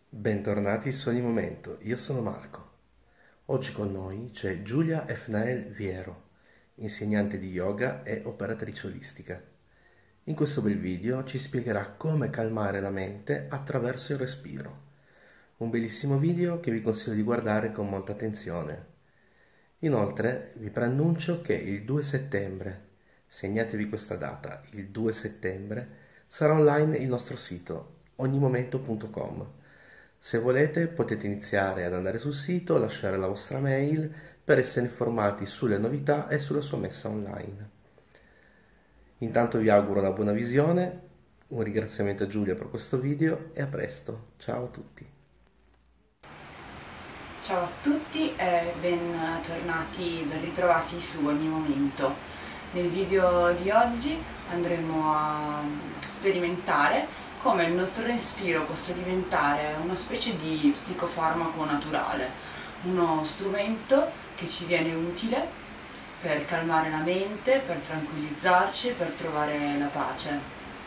Bentornati su Ogni Momento, io sono Marco. Oggi con noi c'è Giulia Efnael Viero, insegnante di yoga e operatrice olistica. In questo bel video ci spiegherà come calmare la mente attraverso il respiro. Un bellissimo video che vi consiglio di guardare con molta attenzione. Inoltre vi preannuncio che il 2 settembre, segnatevi questa data, il 2 settembre, sarà online il nostro sito ognimomento.com. Se volete potete iniziare ad andare sul sito, lasciare la vostra mail per essere informati sulle novità e sulla sua messa online. Intanto vi auguro una buona visione, un ringraziamento a Giulia per questo video e a presto. Ciao a tutti. Ciao a tutti e bentornati, ben ritrovati su Ogni Momento. Nel video di oggi andremo a sperimentare come il nostro respiro possa diventare una specie di psicofarmaco naturale, uno strumento che ci viene utile per calmare la mente, per tranquillizzarci, per trovare la pace.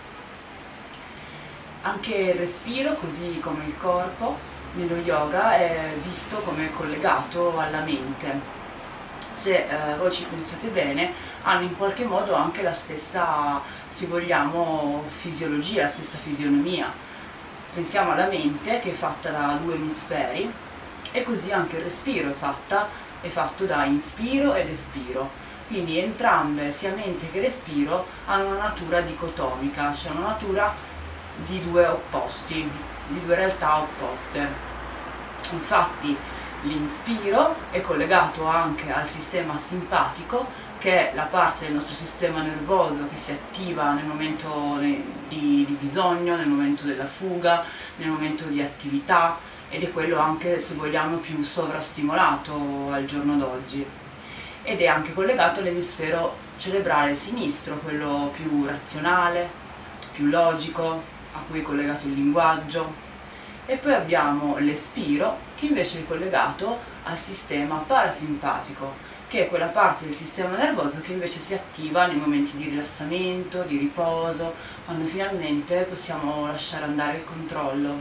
Anche il respiro, così come il corpo, nello yoga è visto come collegato alla mente. Se voi ci pensate bene, hanno in qualche modo anche la stessa, se vogliamo, fisiologia, la stessa fisionomia. Pensiamo alla mente che è fatta da due emisferi e così anche il respiro è fatto da inspiro ed espiro. Quindi entrambe, sia mente che respiro, hanno una natura dicotomica, cioè una natura di due opposti, di due realtà opposte. Infatti l'inspiro è collegato anche al sistema simpatico, che è la parte del nostro sistema nervoso che si attiva nel momento di bisogno, nel momento della fuga, nel momento di attività, ed è quello anche, se vogliamo, più sovrastimolato al giorno d'oggi. Ed è anche collegato all'emisfero cerebrale sinistro, quello più razionale, più logico, a cui è collegato il linguaggio. E poi abbiamo l'espiro, che invece è collegato al sistema parasimpatico, che è quella parte del sistema nervoso che invece si attiva nei momenti di rilassamento, di riposo, quando finalmente possiamo lasciare andare il controllo.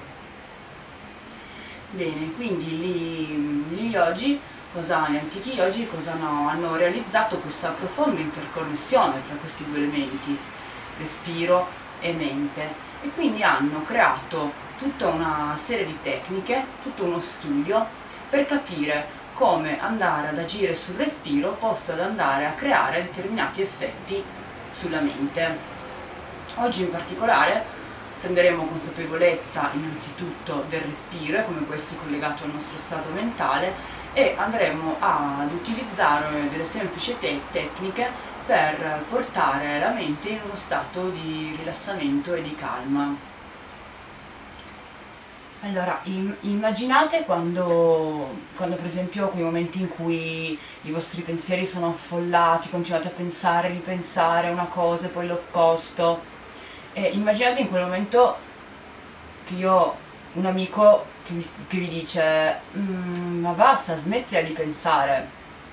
Bene, quindi gli yogi, gli antichi yogi hanno realizzato questa profonda interconnessione tra questi due elementi, respiro e mente, e quindi hanno creato tutta una serie di tecniche, tutto uno studio per capire come andare ad agire sul respiro possa andare a creare determinati effetti sulla mente. Oggi in particolare prenderemo consapevolezza innanzitutto del respiro e come questo è collegato al nostro stato mentale, e andremo ad utilizzare delle semplici tecniche per portare la mente in uno stato di rilassamento e di calma. Allora, immaginate quando per esempio quei momenti in cui i vostri pensieri sono affollati, continuate a pensare, ripensare una cosa e poi l'opposto. Immaginate in quel momento che un amico che vi dice ma basta, smettila di pensare.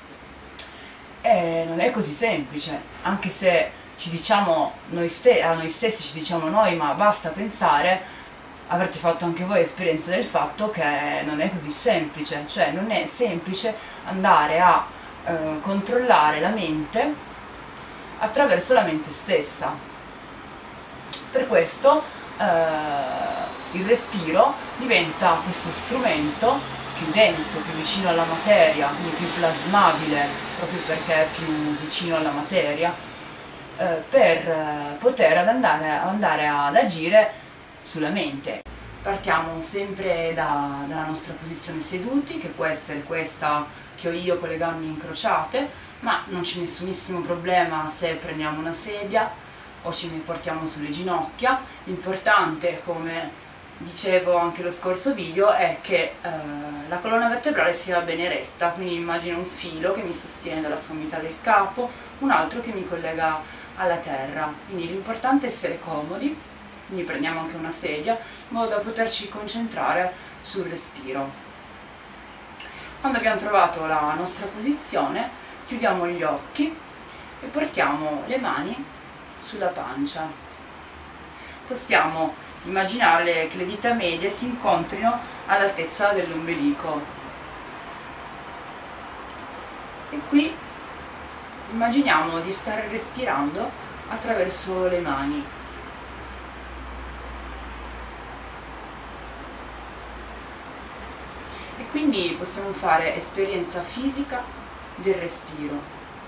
Non è così semplice, anche se ci diciamo a noi stessi ci diciamo noi ma basta pensare, avrete fatto anche voi esperienza del fatto che non è così semplice, cioè non è semplice andare a controllare la mente attraverso la mente stessa. Per questo il respiro diventa questo strumento più denso, più vicino alla materia, quindi più plasmabile, proprio perché è più vicino alla materia, per poter andare ad agire sulla mente. Partiamo sempre dalla nostra posizione seduti, che può essere questa che ho io con le gambe incrociate, ma non c'è nessunissimo problema se prendiamo una sedia o ci portiamo sulle ginocchia. L'importante, come dicevo anche lo scorso video, è che la colonna vertebrale sia ben eretta, quindi immagino un filo che mi sostiene dalla sommità del capo, un altro che mi collega alla terra, quindi l'importante è essere comodi. Quindi prendiamo anche una sedia in modo da poterci concentrare sul respiro. Quando abbiamo trovato la nostra posizione, chiudiamo gli occhi e portiamo le mani sulla pancia. Possiamo immaginare che le dita medie si incontrino all'altezza dell'ombelico. E qui immaginiamo di stare respirando attraverso le mani. E quindi possiamo fare esperienza fisica del respiro,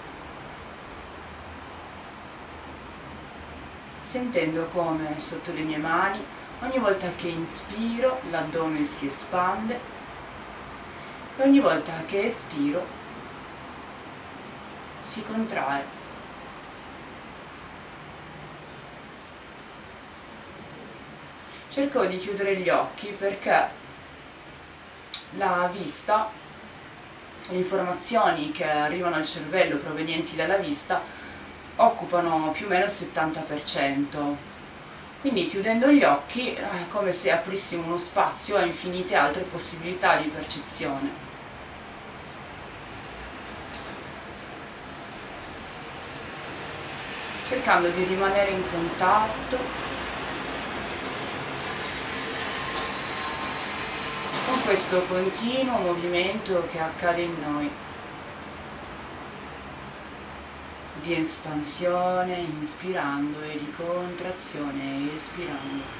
sentendo come sotto le mie mani, ogni volta che inspiro, l'addome si espande e ogni volta che espiro si contrae. Cerco di chiudere gli occhi perché la vista, le informazioni che arrivano al cervello provenienti dalla vista occupano più o meno il 70%. Quindi chiudendo gli occhi è come se aprissimo uno spazio a infinite altre possibilità di percezione. Cercando di rimanere in contatto con questo continuo movimento che accade in noi, di espansione inspirando e di contrazione espirando.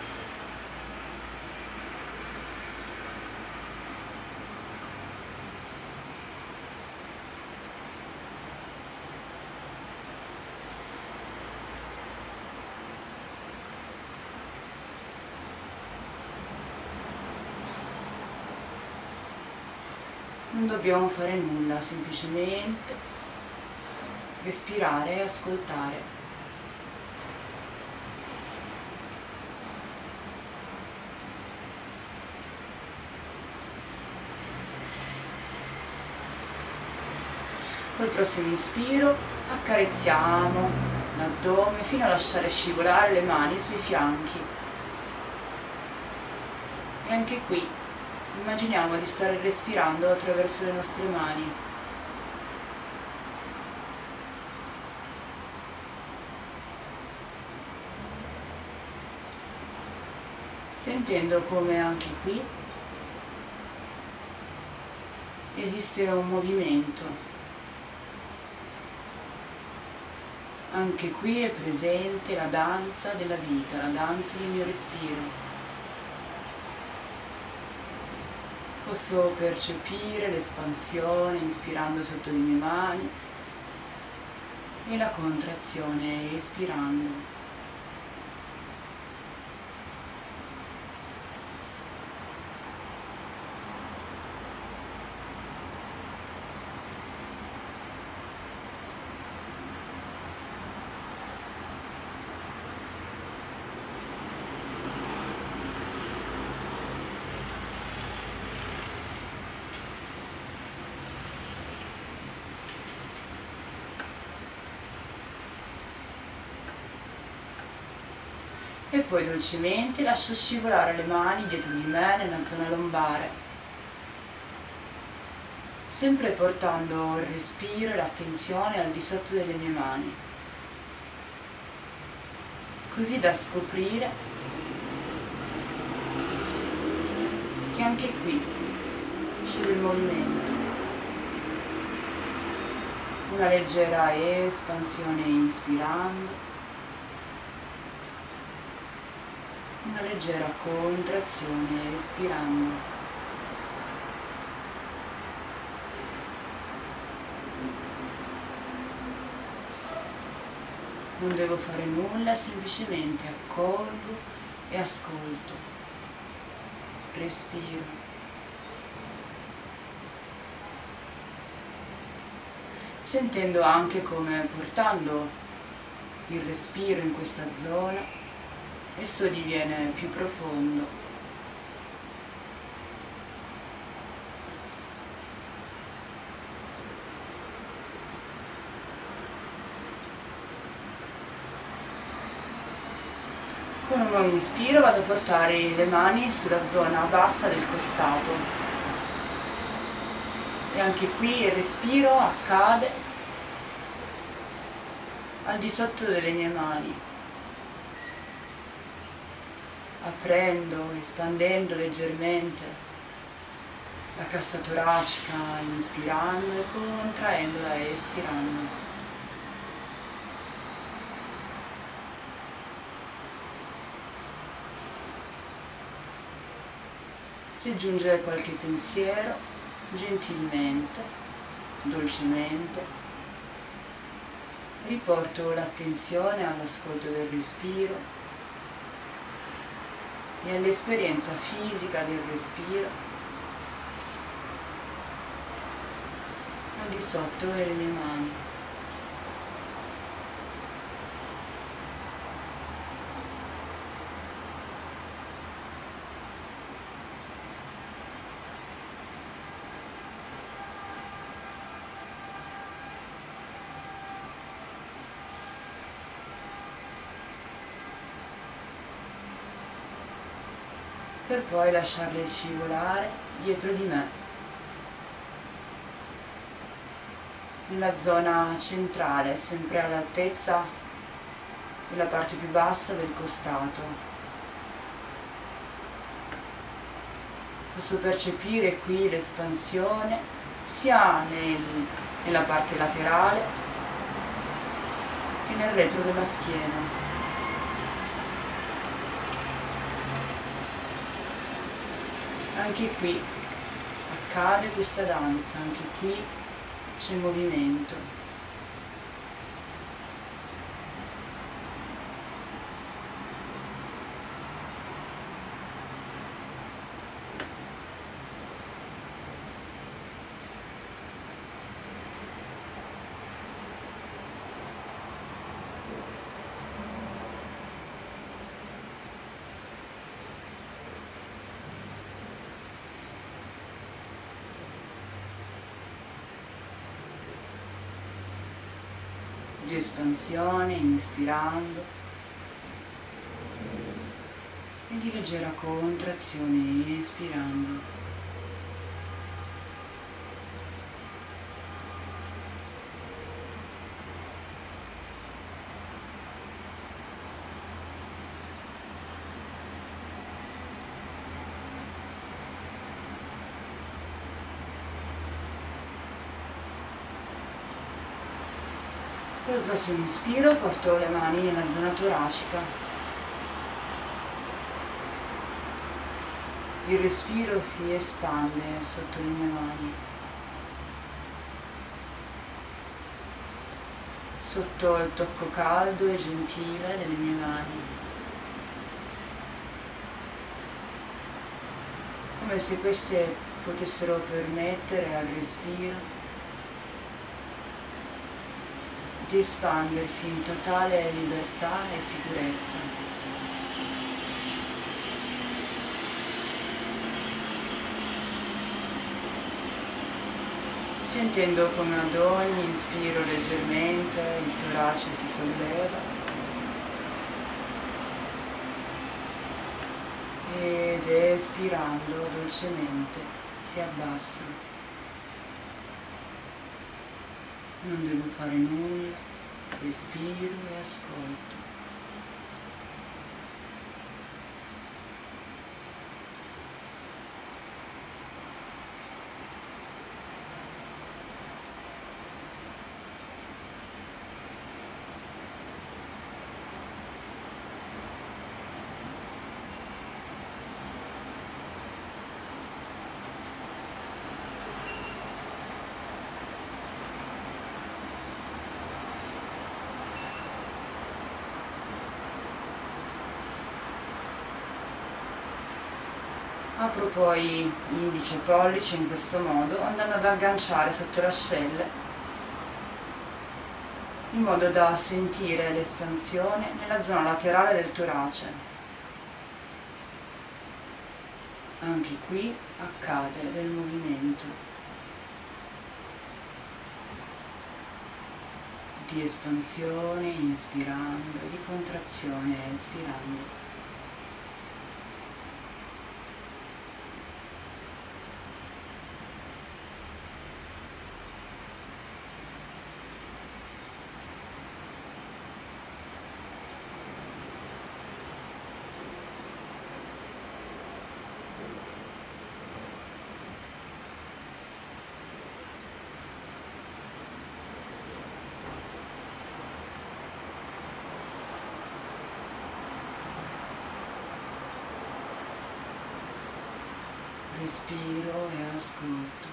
Non dobbiamo fare nulla, semplicemente respirare e ascoltare. Col prossimo ispiro accarezziamo l'addome fino a lasciare scivolare le mani sui fianchi. E anche qui immaginiamo di stare respirando attraverso le nostre mani. Sentendo come anche qui esiste un movimento. Anche qui è presente la danza della vita, la danza del mio respiro. Posso percepire l'espansione inspirando sotto le mie mani e la contrazione espirando. E poi dolcemente lascio scivolare le mani dietro di me nella zona lombare, sempre portando il respiro e l'attenzione al di sotto delle mie mani, così da scoprire che anche qui c'è del movimento, una leggera espansione inspirando, una leggera contrazione espirando. Non devo fare nulla, semplicemente accolgo e ascolto, respiro. Sentendo anche come portando il respiro in questa zona esso diviene più profondo. Con un nuovo inspiro vado a portare le mani sulla zona bassa del costato e anche qui il respiro accade al di sotto delle mie mani, aprendo, espandendo leggermente la cassa toracica inspirando e contraendola e espirando. Se giunge qualche pensiero, gentilmente, dolcemente, riporto l'attenzione all'ascolto del respiro e all'esperienza fisica del respiro al di sotto delle mie mani. Per poi lasciarle scivolare dietro di me, nella zona centrale, sempre all'altezza della parte più bassa del costato. Posso percepire qui l'espansione sia nella parte laterale che nel retro della schiena. Anche qui accade questa danza, anche qui c'è movimento. Di espansione, inspirando, e di leggera contrazione, espirando. Col prossimo inspiro porto le mani nella zona toracica. Il respiro si espande sotto le mie mani, sotto il tocco caldo e gentile delle mie mani, come se queste potessero permettere al respiro di espandersi in totale libertà e sicurezza. Sentendo come ad ogni inspiro leggermente il torace si solleva ed espirando dolcemente si abbassa. Non devo fare nulla, respiro e ascolto. Apro poi l'indice e pollice in questo modo, andando ad agganciare sotto le ascelle, in modo da sentire l'espansione nella zona laterale del torace. Anche qui accade del movimento di espansione inspirando e di contrazione espirando. respiro e ascolto.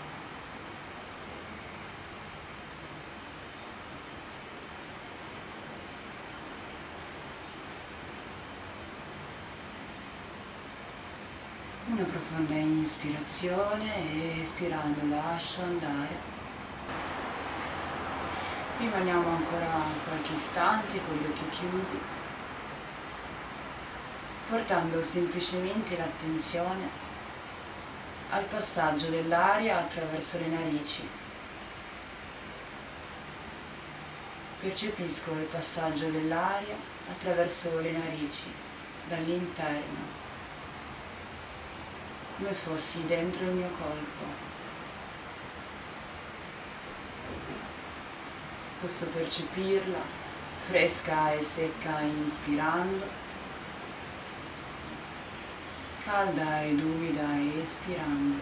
Una profonda ispirazione e espirando lascio andare. Rimaniamo ancora qualche istante con gli occhi chiusi, portando semplicemente l'attenzione al passaggio dell'aria attraverso le narici. Percepisco il passaggio dell'aria attraverso le narici, dall'interno, come fossi dentro il mio corpo. Posso percepirla fresca e secca inspirando, calda ed umida espirando.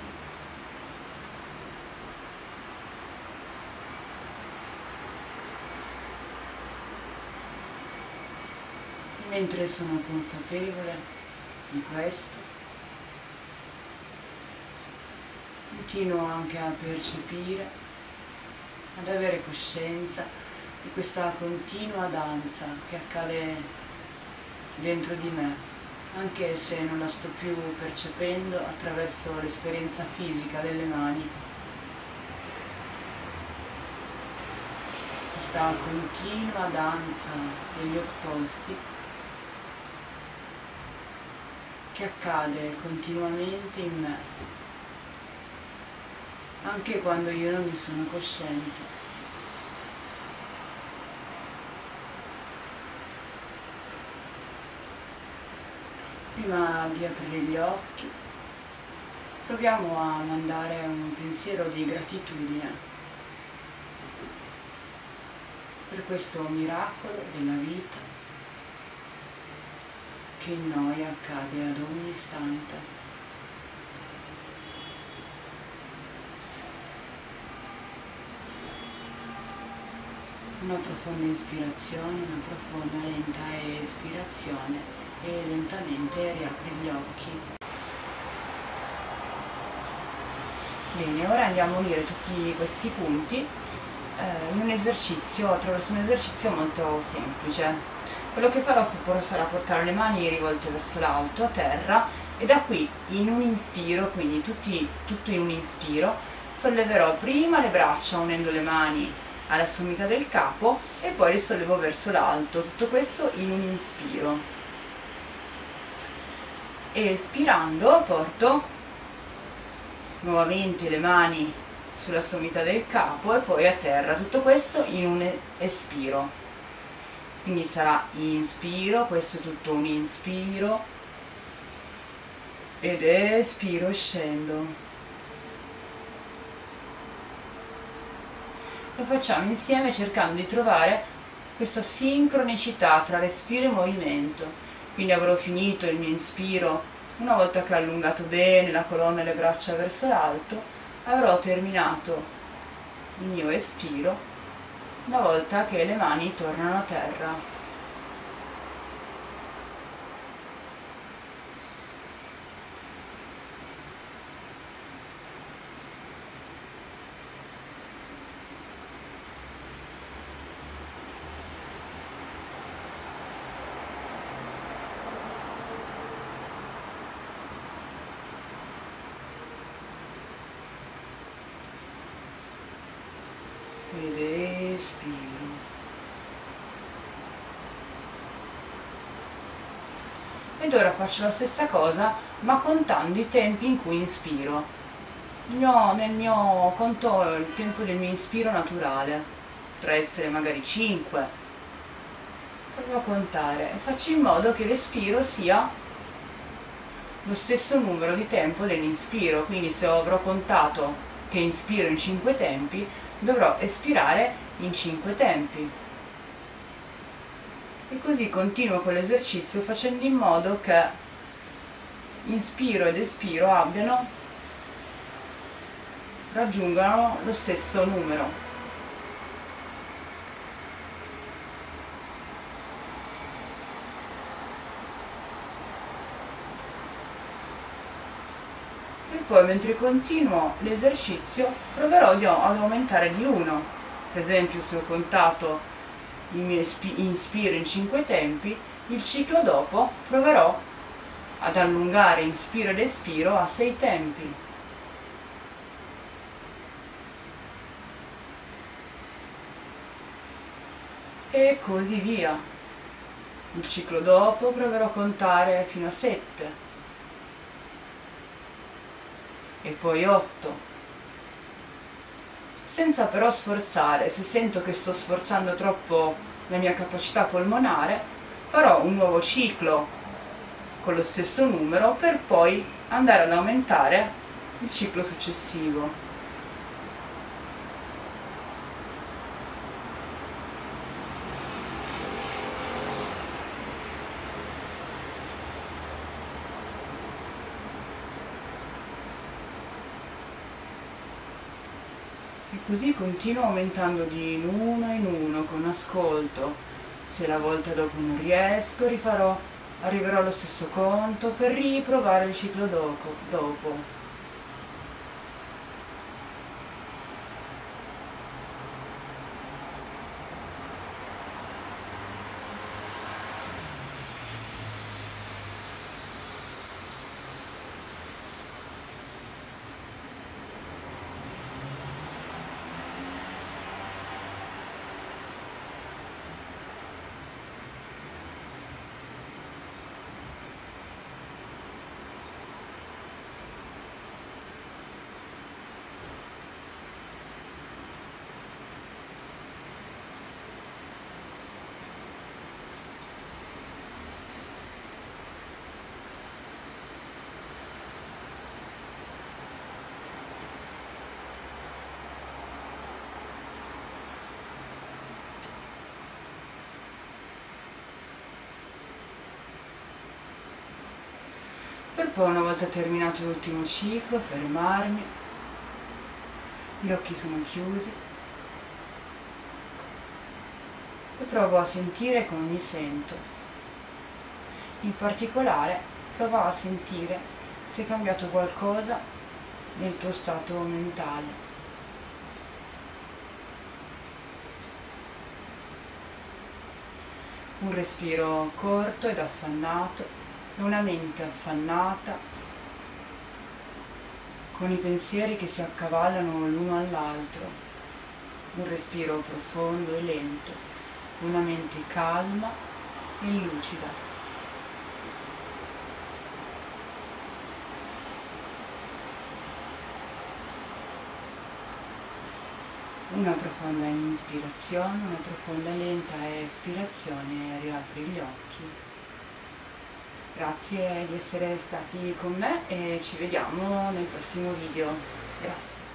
E mentre sono consapevole di questo, continuo anche a percepire, ad avere coscienza di questa continua danza che accade dentro di me, anche se non la sto più percependo attraverso l'esperienza fisica delle mani. Questa continua danza degli opposti che accade continuamente in me, anche quando io non ne sono cosciente. Prima di aprire gli occhi, proviamo a mandare un pensiero di gratitudine per questo miracolo della vita che in noi accade ad ogni istante. Una profonda ispirazione, una profonda lenta espirazione e lentamente riapri gli occhi. Bene, ora andiamo a unire tutti questi punti in un esercizio, attraverso un esercizio molto semplice. Quello che farò sarà portare le mani rivolte verso l'alto, a terra, e da qui in un inspiro, quindi tutto in un inspiro, solleverò prima le braccia unendo le mani alla sommità del capo e poi le sollevo verso l'alto, tutto questo in un inspiro. E espirando porto nuovamente le mani sulla sommità del capo e poi a terra, tutto questo in un espiro. Quindi sarà inspiro, questo è tutto un inspiro, ed espiro, scendo. Lo facciamo insieme cercando di trovare questa sincronicità tra respiro e movimento. Quindi avrò finito il mio inspiro una volta che ho allungato bene la colonna e le braccia verso l'alto, avrò terminato il mio espiro una volta che le mani tornano a terra. Ed espiro. Ed ora faccio la stessa cosa, ma contando i tempi in cui inspiro. Nel mio conto il tempo del mio inspiro naturale, potrà essere magari 5. Provo a contare e faccio in modo che l'espiro sia lo stesso numero di tempo dell'inspiro, quindi se avrò contato che inspiro in 5 tempi, dovrò espirare in 5 tempi. E così continuo con l'esercizio facendo in modo che inspiro ed espiro raggiungano lo stesso numero. poi mentre continuo l'esercizio proverò ad aumentare di 1. Per esempio, se ho contato il mio inspiro in 5 tempi, il ciclo dopo proverò ad allungare inspiro ed espiro a 6 tempi. E così via. Il ciclo dopo proverò a contare fino a 7. E poi 8. Senza però sforzare. Se sento che sto sforzando troppo la mia capacità polmonare, farò un nuovo ciclo con lo stesso numero per poi andare ad aumentare il ciclo successivo. E così continuo aumentando di in uno con ascolto. Se la volta dopo non riesco, arriverò allo stesso conto per riprovare il ciclo dopo. Per poi, una volta terminato l'ultimo ciclo, fermarmi, gli occhi sono chiusi e provo a sentire come mi sento. In particolare prova a sentire se è cambiato qualcosa nel tuo stato mentale. Un respiro corto ed affannato, e una mente affannata, con i pensieri che si accavallano l'uno all'altro. Un respiro profondo e lento, una mente calma e lucida. Una profonda inspirazione, una profonda e lenta espirazione e riapri gli occhi. Grazie di essere stati con me e ci vediamo nel prossimo video. Grazie.